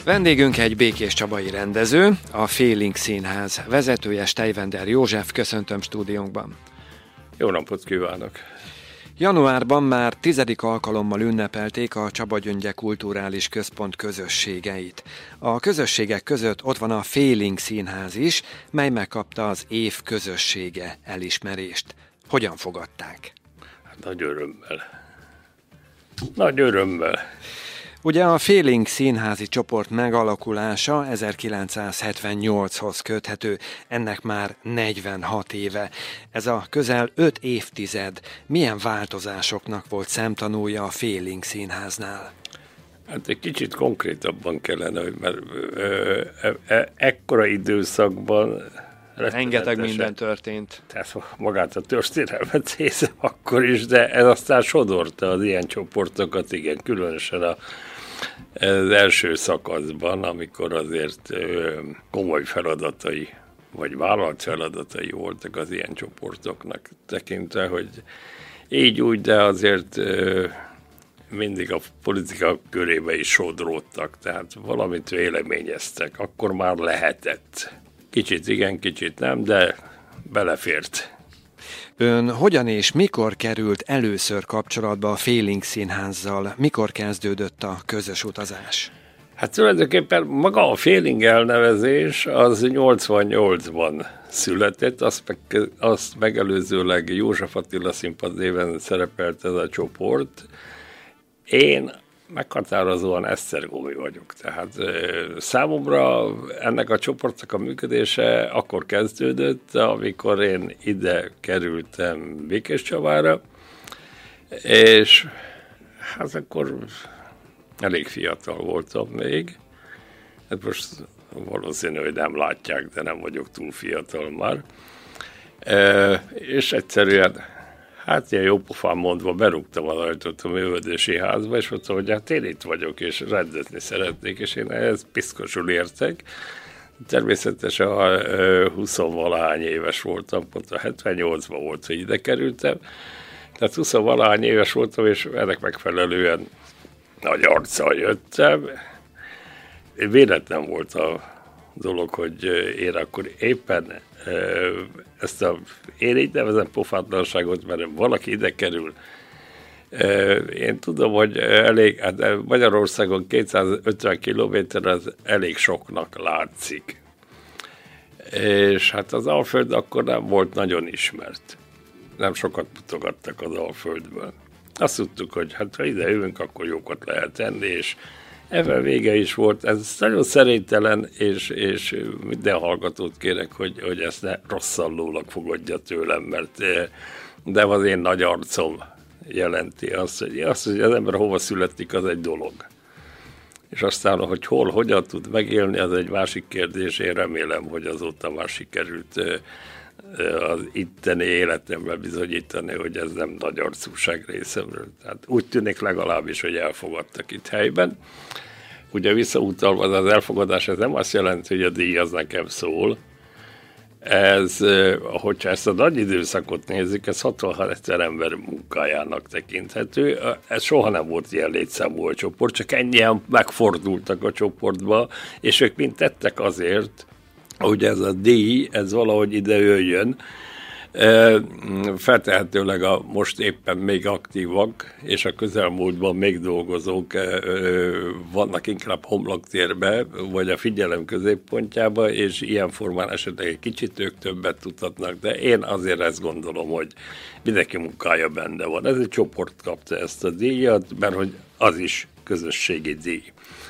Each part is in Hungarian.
Vendégünk egy Békés Csabai rendező, a Féling Színház vezetője, Stejvender József, köszöntöm stúdiónkban. Jó napot kívánok! Januárban már 10. alkalommal ünnepelték a Csaba-Gyöngye Kulturális Központ közösségeit. A közösségek között ott van a Féling Színház is, mely megkapta az év közössége elismerést. Hogyan fogadták? Nagy örömmel. Nagy örömmel. Ugye a Féling Színházi csoport megalakulása 1978-hoz köthető, ennek már 46 éve. Ez a közel 5 évtized milyen változásoknak volt szemtanúja a Féling Színháznál? Hát egy kicsit konkrétabban kellene, mert ekkora időszakban rengeteg minden történt. Tehát magát a történelmet nézem akkor is, de ez aztán sodorta az ilyen csoportokat, igen, különösen az első szakaszban, amikor azért komoly feladatai, vagy vállalt feladatai voltak az ilyen csoportoknak, tekintve, hogy így úgy, de azért mindig a politika körébe is sodródtak, tehát valamit véleményeztek, akkor már lehetett. Kicsit igen, kicsit nem, de belefért. Ön hogyan és mikor került először kapcsolatba a Féling Színházzal? Mikor kezdődött a közös utazás? Hát tulajdonképpen maga a Féling elnevezés az 88-ban született, azt megelőzőleg József Attila színpadnéven szerepelt ez a csoport. Én meghatározóan esztergomi vagyok. Tehát számomra ennek a csoportnak a működése akkor kezdődött, amikor én ide kerültem Békés Csabára, és hát akkor elég fiatal voltam még. Hát most valószínű, hogy nem látják, de nem vagyok túl fiatal már. És egyszerűen hát ilyen jópofán mondva berúgtam az ajtót a művelődési házba, és mondtam, hogy hát én itt vagyok, és rendezni szeretnék, és én ehhez piszkosul értek. Természetesen 20-valahány éves voltam, pont a 78-ban volt, hogy ide kerültem. Tehát 20-valahány éves voltam, és ennek megfelelően nagy arccal jöttem. Véletlen volt a dolog, hogy én akkor éppen ezt én így nevezem pofátlanságot, mert valaki ide kerül. Én tudom, hogy elég, hát Magyarországon 250 kilométer az elég soknak látszik. És hát az Alföld akkor nem volt nagyon ismert. Nem sokat mutogattak az Alföldből. Azt tudtuk, hogy hát ha ide jövünk, akkor jókat lehet tenni, és ebben vége is volt. Ez nagyon szerénytelen, és minden hallgatót kérek, hogy ezt ne rosszallólag fogadja tőlem, mert de az én nagy arcom jelenti azt, hogy az ember hova születik, az egy dolog. És aztán, hogy hol, hogyan tud megélni, az egy másik kérdés. Én remélem, hogy azóta már sikerült az itteni életemben bizonyítani, hogy ez nem nagy arcúság részemről. Tehát úgy tűnik legalábbis, hogy elfogadtak itt helyben. Ugye visszautalva az elfogadás, ez nem azt jelenti, hogy a díj az nekem szól. Ez, hogyha ezt a nagy időszakot nézzük, ez 66 000 ember munkájának tekinthető. Ez soha nem volt ilyen létszámú a csoport, csak ennyien megfordultak a csoportba, és ők mind tettek azért, hogy ez a díj, ez valahogy ide jöjjön. Feltehetőleg a most éppen még aktívak, és a közelmúltban még dolgozók vannak inkább homloktérbe, vagy a figyelem középpontjába, és ilyen formán esetleg egy kicsit ők többet tudhatnak, de én azért ezt gondolom, hogy mindenki munkája benne van. Ez egy csoport kapta ezt a díjat, mert hogy az is közösségi díj.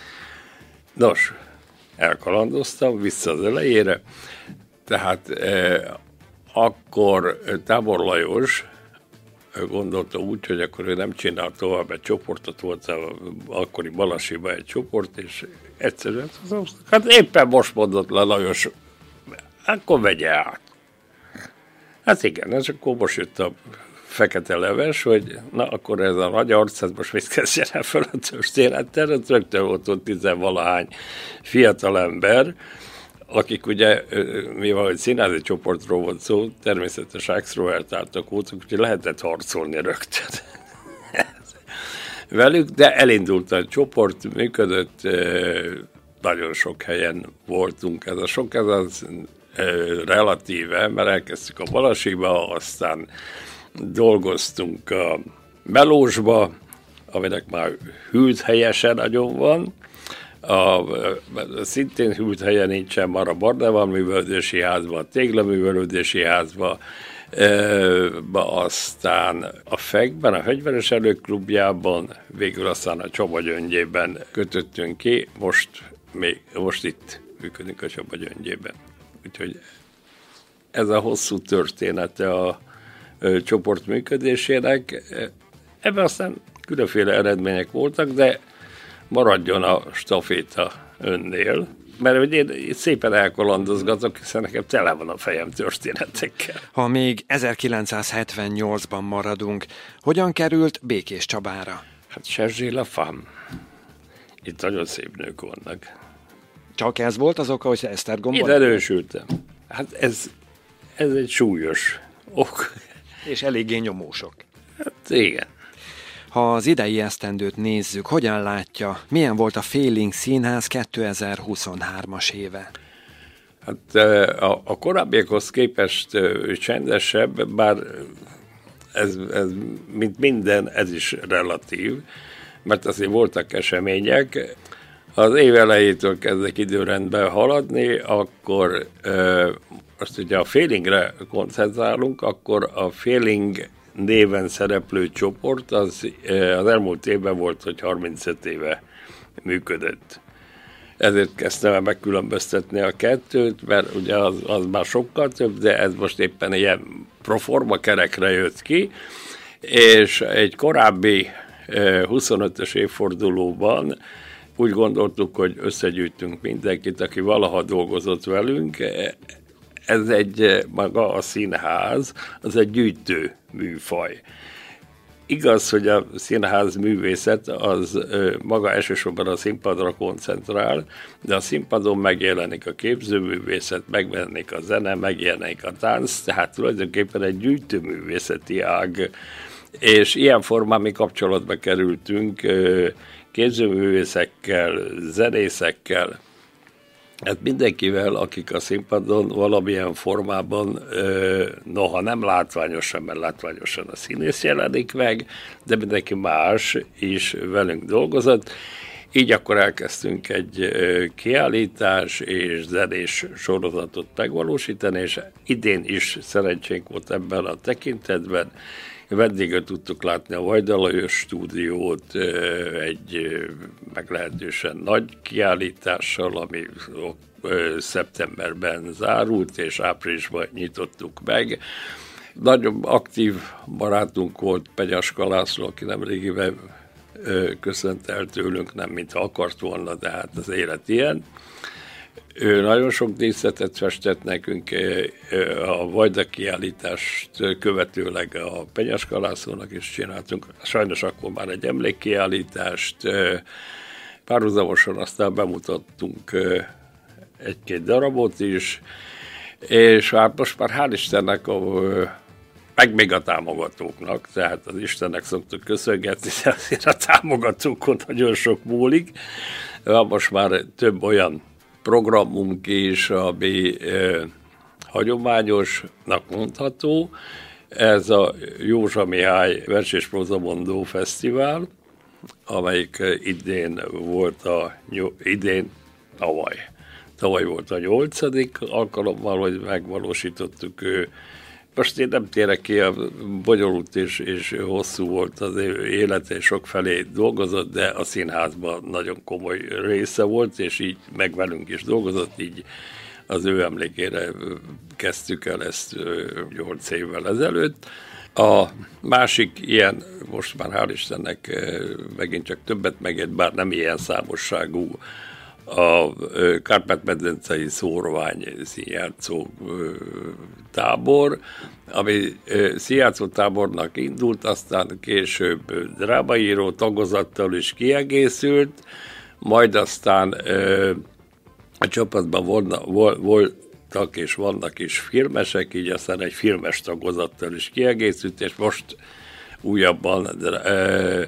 Nos, elkalandoztam vissza az elejére, tehát akkor Tábor Lajos gondolta úgy, hogy akkor ő nem csinál tovább egy csoportot, volt akkori Balasiba egy csoport, és egyszerűen, hát éppen most mondott le Lajos, akkor vegye át. Hát igen, és akkor most jött a fekete leves, hogy na akkor ez a nagy arc, ez most mit kezdjen el fel a történettel, rögtön volt ott 10-valahány fiatal ember, akik ugye, mivel hogy színházi csoportról volt szó, természetesen extrovertáltak voltak, úgyhogy lehetett harcolni rögtön velük, de elindult a csoport, működött, nagyon sok helyen voltunk. Ez a sok, ez az relatíve, mert elkezdtük a Balasiba, aztán dolgoztunk a Melósba, aminek már hűlt helye se nagyon van. Szintén hűlt helye nincsen, már a Barnával művelődési házban, a Tégla művelődési házban, aztán a FEG-ben, a Fegyveres Erők klubjában, végül aztán a Csaba Gyöngyében kötöttünk ki, most itt működünk a Csaba Gyöngyében. Úgyhogy ez a hosszú története a csoport működésének. Ebben aztán különféle eredmények voltak, de maradjon a staféta önnél, mert hogy én szépen elkalandozgatok, hiszen nekem tele van a fejem történetekkel. Ha még 1978-ban maradunk, hogyan került Békés Csabára? Hát Chergé la femme. Itt nagyon szép nők vannak. Csak ez volt az oka, hogy Esztergomban? Itt erősültem. Hát ez egy súlyos ok. És eléggé nyomósok. Hát igen. Ha az idei esztendőt nézzük, hogyan látja, milyen volt a Féling Színház 2023-as éve? Hát a korábbiakhoz képest csendesebb, bár ez mint minden, ez is relatív, mert azért voltak események. Az év elejétől kezdek időrendben haladni, akkor most ugye a Félingre koncentrálunk, akkor a Féling néven szereplő csoport az elmúlt évben volt, hogy 35 éve működött. Ezért kezdtem el megkülönböztetni a kettőt, mert ugye az már sokkal több, de ez most éppen ilyen proforma kerekre jött ki, és egy korábbi 25-ös évfordulóban úgy gondoltuk, hogy összegyűjtünk mindenkit, aki valaha dolgozott velünk. Ez maga a színház, az egy gyűjtő műfaj. Igaz, hogy a színház művészet az maga elsősorban a színpadra koncentrál, de a színpadon megjelenik a képzőművészet, megjelenik a zene, megjelenik a tánc, tehát tulajdonképpen egy gyűjtőművészeti ág, és ilyen formán mi kapcsolatba kerültünk képzőművészekkel, zenészekkel, hát mindenkivel, akik a színpadon valamilyen formában, noha nem látványosan, mert látványosan a színész jelenik meg, de mindenki más is velünk dolgozott. Így akkor elkezdtünk egy kiállítás és zenés sorozatot megvalósítani, és idén is szerencsénk volt ebben a tekintetben. Vendégül tudtuk látni a Vajda Lajos stúdiót egy meglehetősen nagy kiállítással, ami szeptemberben zárult, és áprilisban nyitottuk meg. Nagyon aktív barátunk volt Penyaska László, aki nemrégiben köszönt el tőlünk, nem mintha akart volna, de hát az élet ilyen. Ő nagyon sok díszletet festett nekünk, a Vajda kiállítást követőleg a Penyaska Lászlónak is csináltunk. Sajnos akkor már egy emlékkiállítást, párhuzamosan aztán bemutattunk egy-két darabot is, és hát most már hál' Istennek, meg még a támogatóknak, tehát az Istennek szoktuk köszöngetni, de azért a támogatókon nagyon sok múlik. Most már több olyan programunk is, ami hagyományosnak mondható. Ez a Józsa Mihály Vers és Prózamondó Fesztivál, amelyik tavaly volt a 8. alkalommal, hogy megvalósítottuk. Most én nem térek ki, a bonyolult és hosszú volt az élete, és sokfelé dolgozott, de a színházban nagyon komoly része volt, és így meg velünk is dolgozott, így az ő emlékére kezdtük el ezt 8 évvel ezelőtt. A másik ilyen, most már hál' Istennek megint csak többet megért, bár nem ilyen számosságú, a Kárpát-medencei Szórvány színjátszó tábor, ami színjátszó tábornak indult, aztán később drámaíró tagozattal is kiegészült, majd aztán a csapatban voltak és vannak is filmesek, így aztán egy filmes tagozattal is kiegészült, és most újabban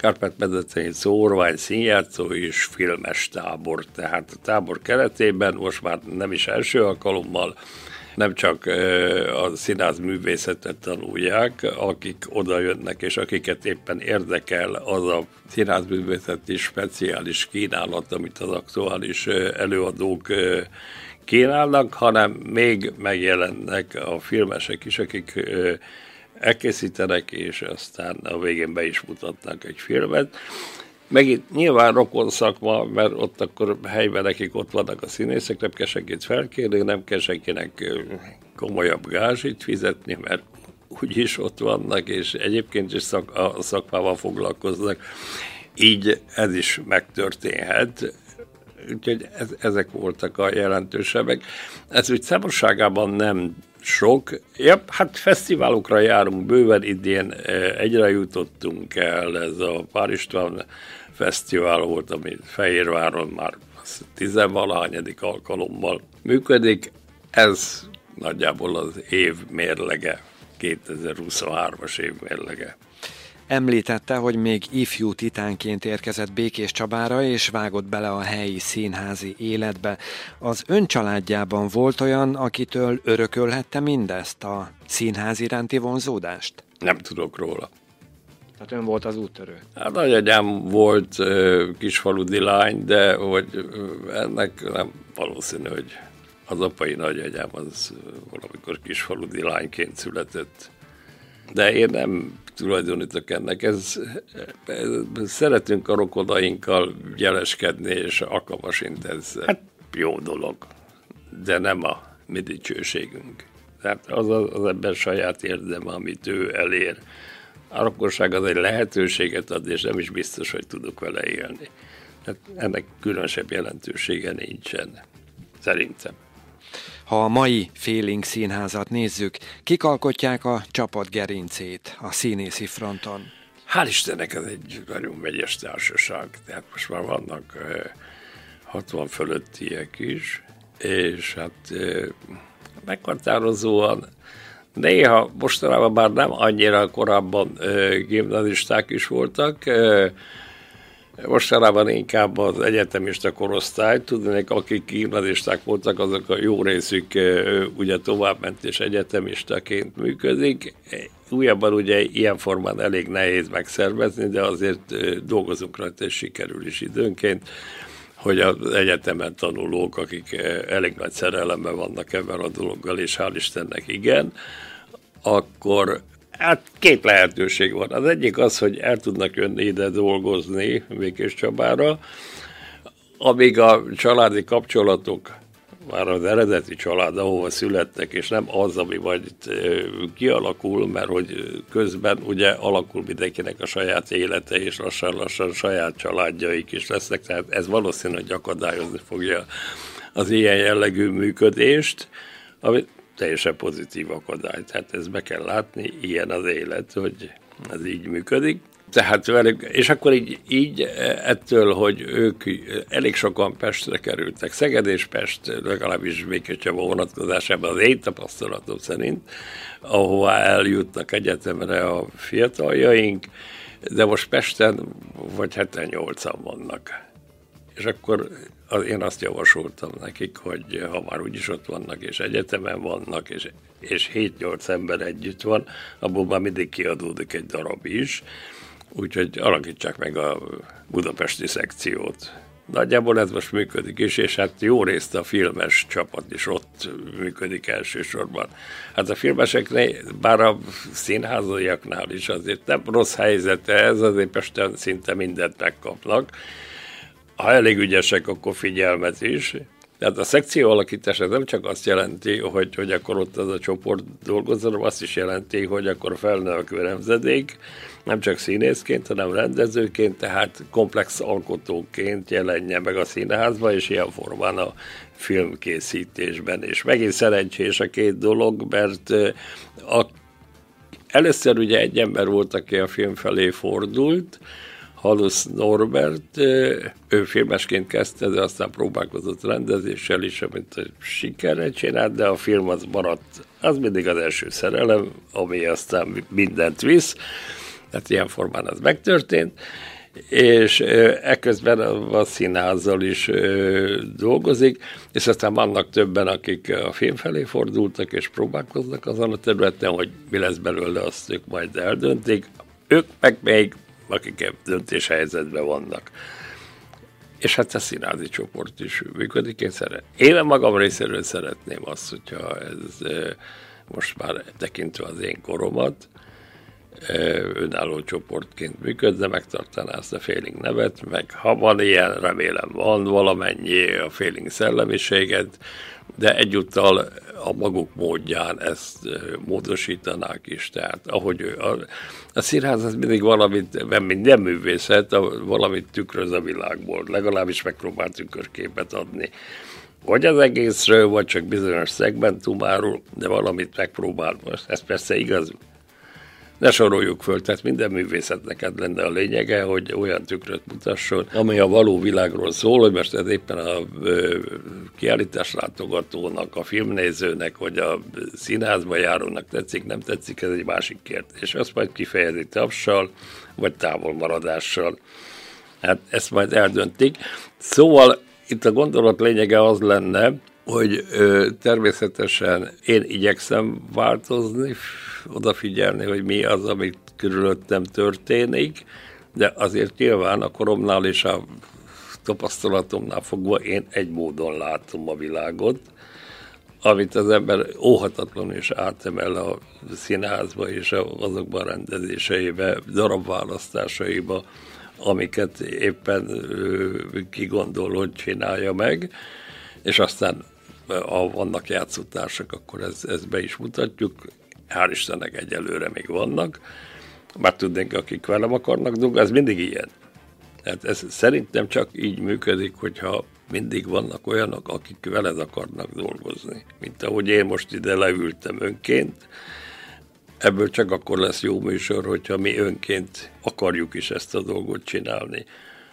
Kárpát-medencei Szórvány színjátszó és filmes tábor. Tehát a tábor keretében most már nem is első alkalommal nem csak a színház művészetet tanulják, akik oda jönnek, és akiket éppen érdekel az a színházművészeti speciális kínálat, amit az aktuális előadók kínálnak, hanem még megjelennek a filmesek is, akik elkészítenek, és aztán a végén be is mutatnak egy filmet. Megint nyilván rokon szakma, mert ott akkor helyben nekik ott vannak a színészek, nem kell senkit felkérni, nem kell senkinek komolyabb gázsit fizetni, mert úgyis ott vannak, és egyébként is a szakmával foglalkoznak. Így ez is megtörténhet. Úgyhogy ezek voltak a jelentősebbek. Ez úgy számosságában nem sok. Ja, hát fesztiválokra járunk bőven, idén egyre jutottunk el, ez a Pál István fesztivál volt, ami Fehérváron már 10-valahányadik alkalommal működik. Ez nagyjából az év mérlege, 2023-as év mérlege. Említette, hogy még ifjú titánként érkezett Békés Csabára, és vágott bele a helyi színházi életbe. Az ön családjában volt olyan, akitől örökölhette mindezt, a színház iránti vonzódást? Nem tudok róla. Tehát ön volt az úttörő? Hát nagyanyám volt kisfaludi lány, de hogy ennek nem valószínű, hogy az apai nagyanyám az valamikor kisfaludi lányként született. De én nem tulajdonítok ennek. Szeretünk a rokonainkkal jeleskedni, és alkalmasint ez jó dolog, de nem a mi dicsőségünk. Tehát az ember saját érdeme, amit ő elér. A rokonság az egy lehetőséget ad, és nem is biztos, hogy tudok vele élni. Tehát ennek különösebb jelentősége nincsen, szerintem. Ha a mai Félénk Színházat nézzük, kik alkotják a csapat gerincét a színészi fronton? Hál' Istennek ez egy nagyon vegyes társaság, tehát most már vannak 60 fölöttiek is, és hát meghatározóan néha mostanában már nem annyira, korábban gimnazisták is voltak, mostanában inkább az egyetemista korosztály, tudnék, akik gimnazisták voltak, azok a jó részük ugye továbbment és egyetemistaként működik. Újabban ugye ilyen formán elég nehéz megszervezni, de azért dolgozunk rajta, és sikerül is időnként, hogy az egyetemen tanulók, akik elég nagy szerelemben vannak ebben a dologgal, és hál' Istennek igen, akkor hát két lehetőség van. Az egyik az, hogy el tudnak jönni ide dolgozni Békés Csabára, amíg a családi kapcsolatok, már az eredeti család, ahova születtek, és nem az, ami majd kialakul, mert hogy közben ugye alakul mindenkinek a saját élete, és lassan saját családjaik is lesznek, tehát ez valószínűleg akadályozni fogja az ilyen jellegű működést, ami teljesen pozitív akadály. Tehát ezt be kell látni, ilyen az élet, hogy ez így működik. Tehát velük, és akkor így ettől, hogy ők elég sokan Pestre kerültek, Szeged és Pest, legalábbis Békés Csaba vonatkozásában az én tapasztalatom szerint, ahová eljutnak egyetemre a fiataljaink, de most Pesten vagy 7-8-an vannak. És akkor én azt javasoltam nekik, hogy ha már úgyis ott vannak, és egyetemen vannak, és 7-8 ember együtt van, abból már mindig kiadódik egy darab is, úgyhogy alakítsák meg a budapesti szekciót. Nagyjából ez most működik is, és hát jó részt a filmes csapat is ott működik elsősorban. Hát a filmeseknél, bár a színháziaknál is azért nem rossz helyzete ez, azért Pesten szinte mindent megkapnak. Ha elég ügyesek, akkor figyelmet is. Tehát a szekció alakítás nem csak azt jelenti, hogy akkor ott az a csoport dolgozzon, azt is jelenti, hogy akkor felnövekvő nemzedék, nem csak színészként, hanem rendezőként, tehát komplex alkotóként jelenjen meg a színházba, és ilyen formán a filmkészítésben. És megint szerencsés a két dolog, mert először ugye egy ember volt, aki a film felé fordult, Halusz Norbert, ő filmesként kezdte, de aztán próbálkozott rendezéssel is, amit sikerre csinált, de a film az maradt, az mindig az első szerelem, ami aztán mindent visz, tehát ilyen formán az megtörtént, és ekközben a színházzal is dolgozik, és aztán vannak többen, akik a film felé fordultak, és próbálkoznak azon a területen, hogy mi lesz belőle, azt ők majd eldöntik. Ők meg még, akik döntéshelyzetben vannak. És hát a színházi csoport is működik. Én magam részéről szeretném azt, hogyha ez most már tekintve az én koromat, önálló csoportként működne, megtartaná ezt a Féling nevet, meg ha van ilyen, remélem van valamennyi a Féling szellemiséget, de egyúttal a maguk módján ezt módosítanák is. Tehát ahogy a színház az mindig valamit, nem művészet, valamit tükröz a világból. Legalábbis megpróbál tükörképet adni. Vagy az egészről, vagy csak bizonyos szegmentumáról, de valamit megpróbál. Most ez persze igaz. Ne soroljuk föl, tehát minden művészetnek lenne a lényege, hogy olyan tükröt mutasson, ami a való világról szól, hogy most ez éppen a kiállításlátogatónak, a filmnézőnek, vagy a színházba járónak tetszik, nem tetszik, ez egy másik kérdés. Azt majd kifejezi tapssal, vagy távolmaradással. Hát ezt majd eldöntik. Szóval itt a gondolat lényege az lenne, hogy természetesen én igyekszem változni, odafigyelni, hogy mi az, amit körülöttem történik, de azért nyilván a koromnál és a tapasztalatomnál fogva én egy módon látom a világot, amit az ember óhatatlanul is átemel a színházba és azokban a rendezéseibe, darabválasztásaiba, amiket éppen kigondol, hogy csinálja meg, és aztán ha vannak játszótársak, akkor ezt be is mutatjuk. Hál' Istennek egyelőre még vannak. Már tudnék, akik velem akarnak dolgozni, ez mindig ilyen. Hát ez szerintem csak így működik, hogyha mindig vannak olyanok, akik veled akarnak dolgozni. Mint ahogy én most ide leültem önként, ebből csak akkor lesz jó műsor, hogyha mi önként akarjuk is ezt a dolgot csinálni.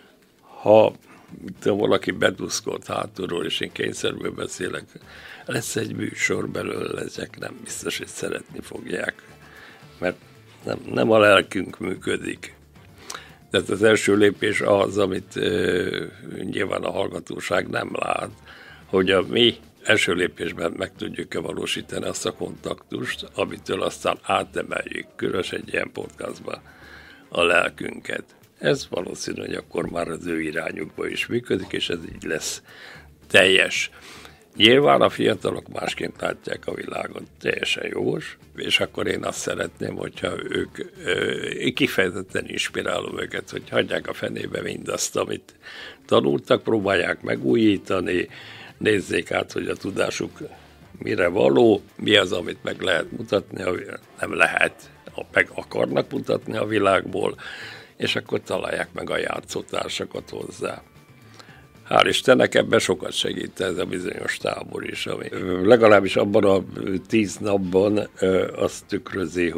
Ha valaki beduszkolt hátulról, és én kényszerből beszélek, lesz egy műsor belőle, ezek nem biztos, hogy szeretni fogják, mert nem a lelkünk működik. Tehát az első lépés az, amit nyilván a hallgatóság nem lát, hogy a mi első lépésben meg tudjuk-e valósítani azt a kontaktust, amitől aztán átemeljük, különösen egy ilyen podcastba a lelkünket. Ez valószínű, hogy akkor már az ő irányukban is működik, és ez így lesz teljes. Nyilván a fiatalok másként látják a világot, teljesen jogos, és akkor én azt szeretném, hogyha ők kifejezetten inspirálom őket, hogy hagyják a fenébe mindazt, amit tanultak, próbálják megújítani, nézzék át, hogy a tudásuk mire való, mi az, amit meg lehet mutatni, nem lehet, meg akarnak mutatni a világból, és akkor találják meg a játszótársakat hozzá. Hál' Istennek ebben sokat segít ez a bizonyos tábor is, ami legalábbis abban a 10 napban azt tükrözi,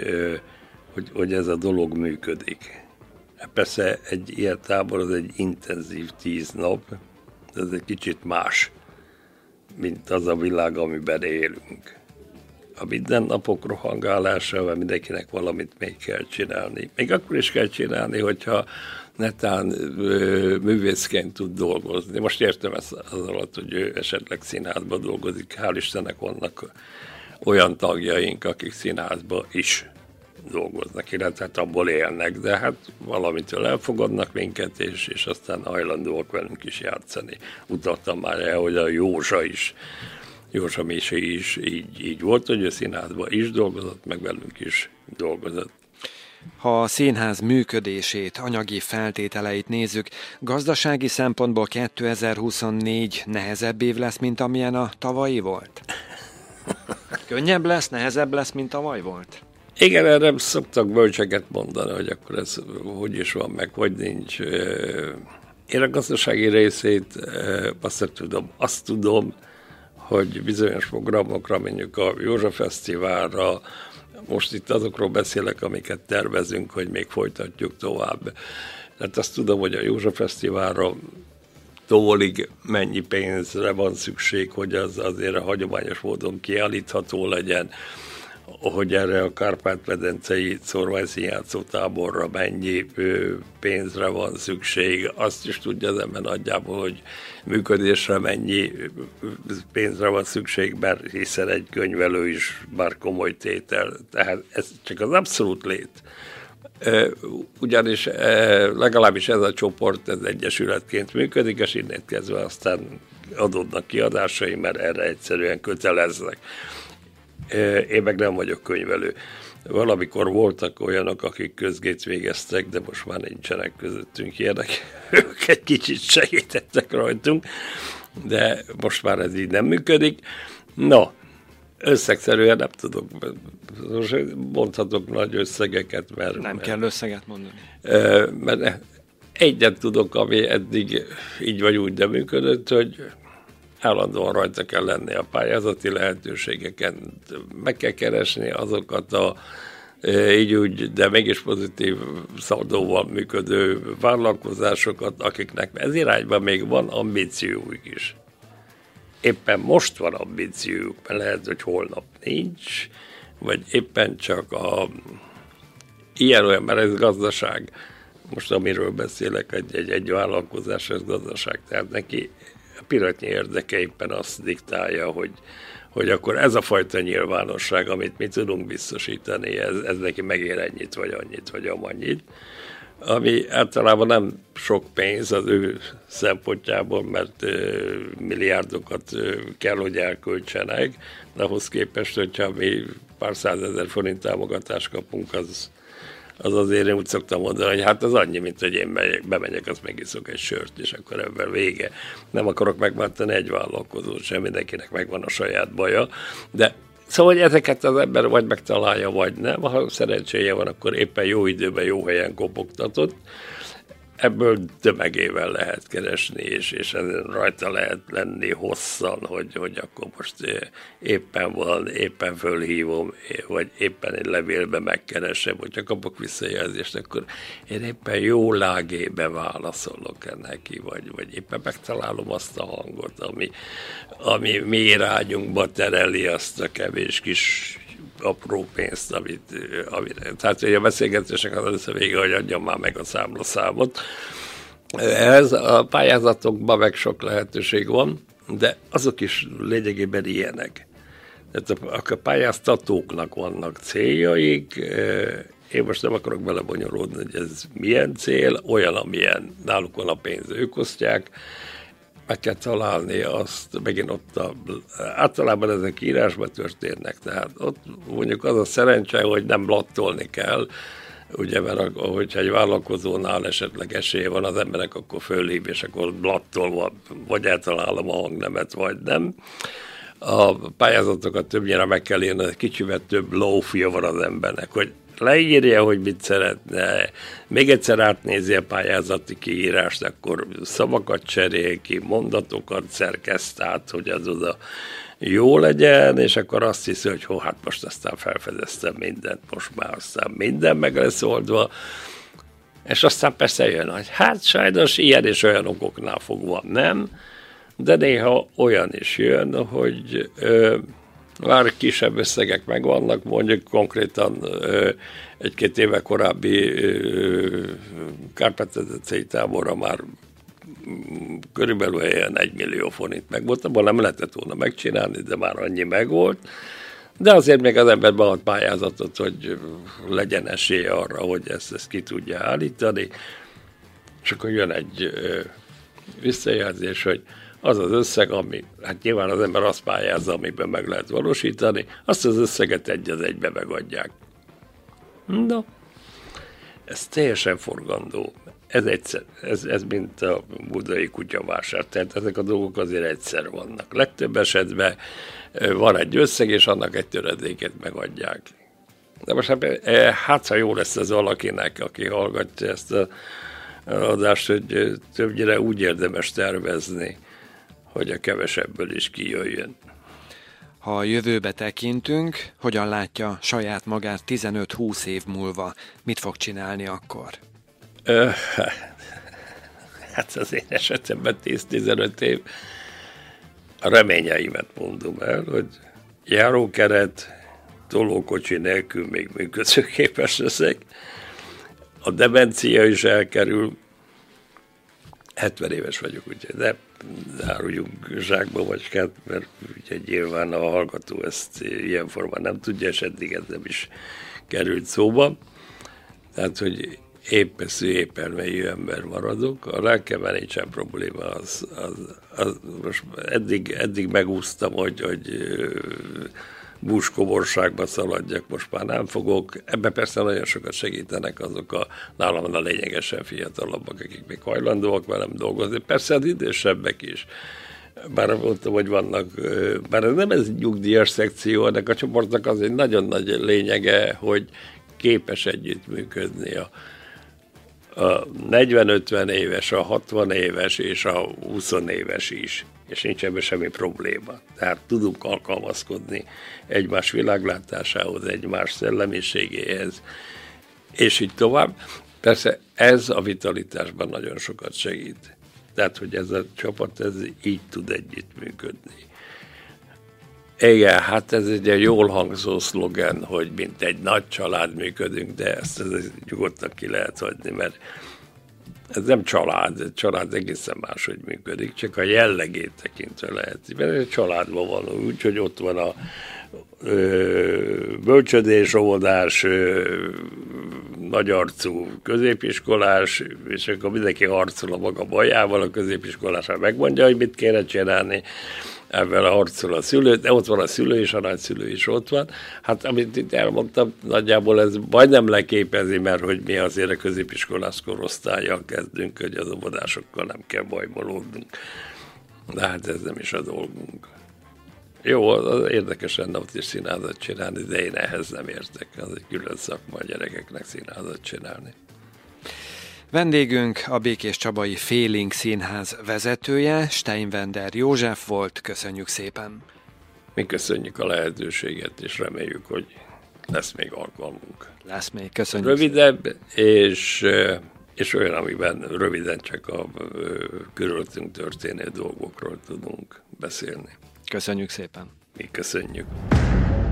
hogy ez a dolog működik. Persze egy ilyen tábor az egy intenzív 10 nap, ez egy kicsit más, mint az a világ, amiben élünk. A mindennapok rohangálásával mindenkinek valamit még kell csinálni. Még akkor is kell csinálni, hogyha netán művészként tud dolgozni. Most értem ezt az alatt, hogy ő esetleg színházban dolgozik. Hál' Istennek vannak olyan tagjaink, akik színházban is dolgoznak, illetve hát abból élnek, de hát valamitől elfogadnak minket, és aztán hajlandóak velünk is játszani. Utaltam már el, hogy a Józsa Mési is így volt, hogy a színházban is dolgozott, meg velünk is dolgozott. Ha a színház működését, anyagi feltételeit nézzük, gazdasági szempontból 2024 nehezebb év lesz, mint amilyen a tavalyi volt? Könnyebb lesz, nehezebb lesz, mint tavaly volt? Igen, erre szoktak bölcseket mondani, hogy akkor ez hogy is van, meg hogy nincs. Én a gazdasági részét azt tudom, hogy bizonyos programokra, mondjuk a Józsa Fesztiválra, most itt azokról beszélek, amiket tervezünk, hogy még folytatjuk tovább. Tehát azt tudom, hogy a Józsa Fesztiválra tólig mennyi pénzre van szükség, hogy az azért a hagyományos módon kiállítható legyen. hogy erre a Kárpát-medencei szorványszínjátszó táborra mennyi pénzre van szükség, azt is tudja az ember nagyjából, hogy működésre mennyi pénzre van szükség, mert hiszen egy könyvelő is már komoly tétel, tehát ez csak az abszolút lét. Ugyanis legalábbis ez a csoport, ez egyesületként működik, és innen kezdve aztán adódnak kiadásai, mert erre egyszerűen köteleznek. Én meg nem vagyok könyvelő. Valamikor voltak olyanok, akik közgét végeztek, de most már nincsenek közöttünk ilyenek. Ők egy kicsit segítettek rajtunk, de most már ez így nem működik. No, összegszerűen nem tudok, mondhatok nagy összegeket, mert... Nem kell összeget mondani. Mert egyet tudok, ami eddig így vagy úgy nem működött, hogy állandóan rajta kell lenni a pályázati lehetőségeken, meg kell keresni azokat a így úgy, de mégis pozitív szaldóval működő vállalkozásokat, akiknek ez irányban még van ambíciójuk is. Éppen most van ambíciójuk, mert lehet, hogy holnap nincs, vagy éppen csak ilyen-olyan, mert ez gazdaság. Most amiről beszélek, egy vállalkozás, ez gazdaság, tehát neki a pillanatnyi érdeke éppen azt diktálja, hogy akkor ez a fajta nyilvánosság, amit mi tudunk biztosítani, ez neki megér ennyit, vagy annyit, vagy amannyit, ami általában nem sok pénz az ő szempontjából, mert milliárdokat kell, hogy elköltsenek, de ahhoz képest, hogyha mi pár százezer forint támogatást kapunk, az azért én úgy szoktam mondani, hogy hát az annyi, mint hogy én bemegyek, azt megiszok egy sört, és akkor ebben vége. Nem akarok megváltani egy vállalkozót sem, mindenkinek megvan a saját baja, de szóval, hogy ezeket az ember vagy megtalálja, vagy nem, ha szerencséje van, akkor éppen jó időben, jó helyen kopogtatott. Ebből tömegével lehet keresni, és ezen rajta lehet lenni hosszan, hogy akkor most éppen van, éppen fölhívom, vagy éppen egy levélbe megkeresem, hogyha kapok visszajelzést, akkor én éppen jó lágébe válaszolok neki, vagy éppen megtalálom azt a hangot, ami mi irányunkba tereli azt a kevés kis apró pénzt, amit tehát hogy a beszélgetések az összevége, hogy adjam már meg a számlaszámot. Ez a pályázatokban meg sok lehetőség van, de azok is lényegében ilyenek. Tehát a pályáztatóknak vannak céljaik, én most nem akarok belebonyolódni, hogy ez milyen cél, olyan, amilyen náluk van a pénz, ők osztják, meg kell találni azt, megint ott általában ezek írásban történnek, tehát ott mondjuk az a szerencse, hogy nem blattolni kell, ugye, mert hogyha egy vállalkozónál esetleg esélye van az emberek, akkor fölhív, és akkor blattolva, vagy eltalálom a hangnemet, vagy nem. A pályázatokat többnyire meg kell írni, kicsivel több lófia van az embernek, hogy leírja, hogy mit szeretne, még egyszer átnézi a pályázati kiírást, akkor szavakat cserél ki, mondatokat szerkeszt át, hogy az oda jó legyen, és akkor azt hiszi, hogy hát most aztán felfedeztem mindent, most már aztán minden meg lesz oldva, és aztán persze jön, hogy hát sajnos ilyen és olyan okoknál fogva nem, de néha olyan is jön, hogy már kisebb összegek megvannak, mondjuk konkrétan egy-két éve korábbi Kárpát-medencei táborra már körülbelül ilyen 1 millió forint megvolt, abban nem lehetett volna megcsinálni, de már annyi megvolt. De azért még az ember bead pályázatot, hogy legyen esélye arra, hogy ezt ki tudja állítani. És akkor jön egy visszajelzés, hogy az az összeg, ami, hát nyilván az ember azt pályázza, amiben meg lehet valósítani, azt az összeget egy az egybe megadják. No, ez teljesen forgandó. Ez mint a budai kutyavásár, tehát ezek a dolgok azért egyszer vannak. Legtöbb esetben van egy összeg, és annak egy töredéket megadják. De most hát ha jó lesz ez valakinek, aki hallgatja ezt az adást, hogy többnyire úgy érdemes tervezni, hogy a kevesebből is kijöjjön. Ha a jövőbe tekintünk, hogyan látja saját magát 15-20 év múlva? Mit fog csinálni akkor? Hát az én esetemben 10-15 év. A reményeimet mondom el, hogy járókeret, tolókocsi nélkül még működőképes leszek. A demencia is elkerül. 70 éves vagyok, úgyhogy ne áruljunk zsákba macskát, mert ugye nyilván a hallgató ezt ilyen formán nem tudja, és eddig ez nem is került szóba. Tehát, hogy épp elmejű ember maradok. A lelkemben nincsen probléma, az most eddig megúsztam, hogy búskoborságba szaladjak, most már nem fogok. Ebben persze nagyon sokat segítenek azok nálam a lényegesen fiatalabbak, akik még hajlandóak velem dolgozni. Persze az idősebbek is. Bár mondtam, hogy vannak, bár nem ez nyugdíjas szekció, ennek a csoportnak az egy nagyon nagy lényege, hogy képes együttműködni a 40-50 éves, a 60 éves és a 20 éves is, és nincs ebben semmi probléma. Tehát tudunk alkalmazkodni egymás világlátásához, egymás szellemiségéhez, és így tovább. Persze ez a vitalitásban nagyon sokat segít. Tehát, hogy ez a csapat ez így tud együttműködni. Igen, hát ez egy jól hangzó szlogen, hogy mint egy nagy család működünk, de ezt nyugodtan ki lehet hagyni, mert ez nem család egészen máshogy működik, csak a jellegét tekintve lehet. Mert egy családban van úgy, hogy ott van a bölcsödés, óvodás, nagyarcú középiskolás, és akkor mindenki harcol a maga bajával, a középiskolás megmondja, hogy mit kéne csinálni, ebben harcol a szülő, de ott van a szülő és a nagyszülő is ott van. Hát amit itt elmondtam, nagyjából ez majdnem leképezi, mert hogy mi azért a középiskolás korosztállyal kezdünk, hogy az óvodásokkal nem kell bajbolódnunk. De hát ez nem is a dolgunk. Jó, az érdekes lenne ott is színházat csinálni, de én ehhez nem értek. Az egy külön szakma a gyerekeknek színházat csinálni. Vendégünk a Békéscsabai Féling Színház vezetője, Steinwender József volt. Köszönjük szépen! Mi köszönjük a lehetőséget, és reméljük, hogy lesz még alkalmunk. Lesz még, köszönjük. Rövidebb, és olyan, amiben röviden csak a körülöttünk történő dolgokról tudunk beszélni. Köszönjük szépen! Mi köszönjük!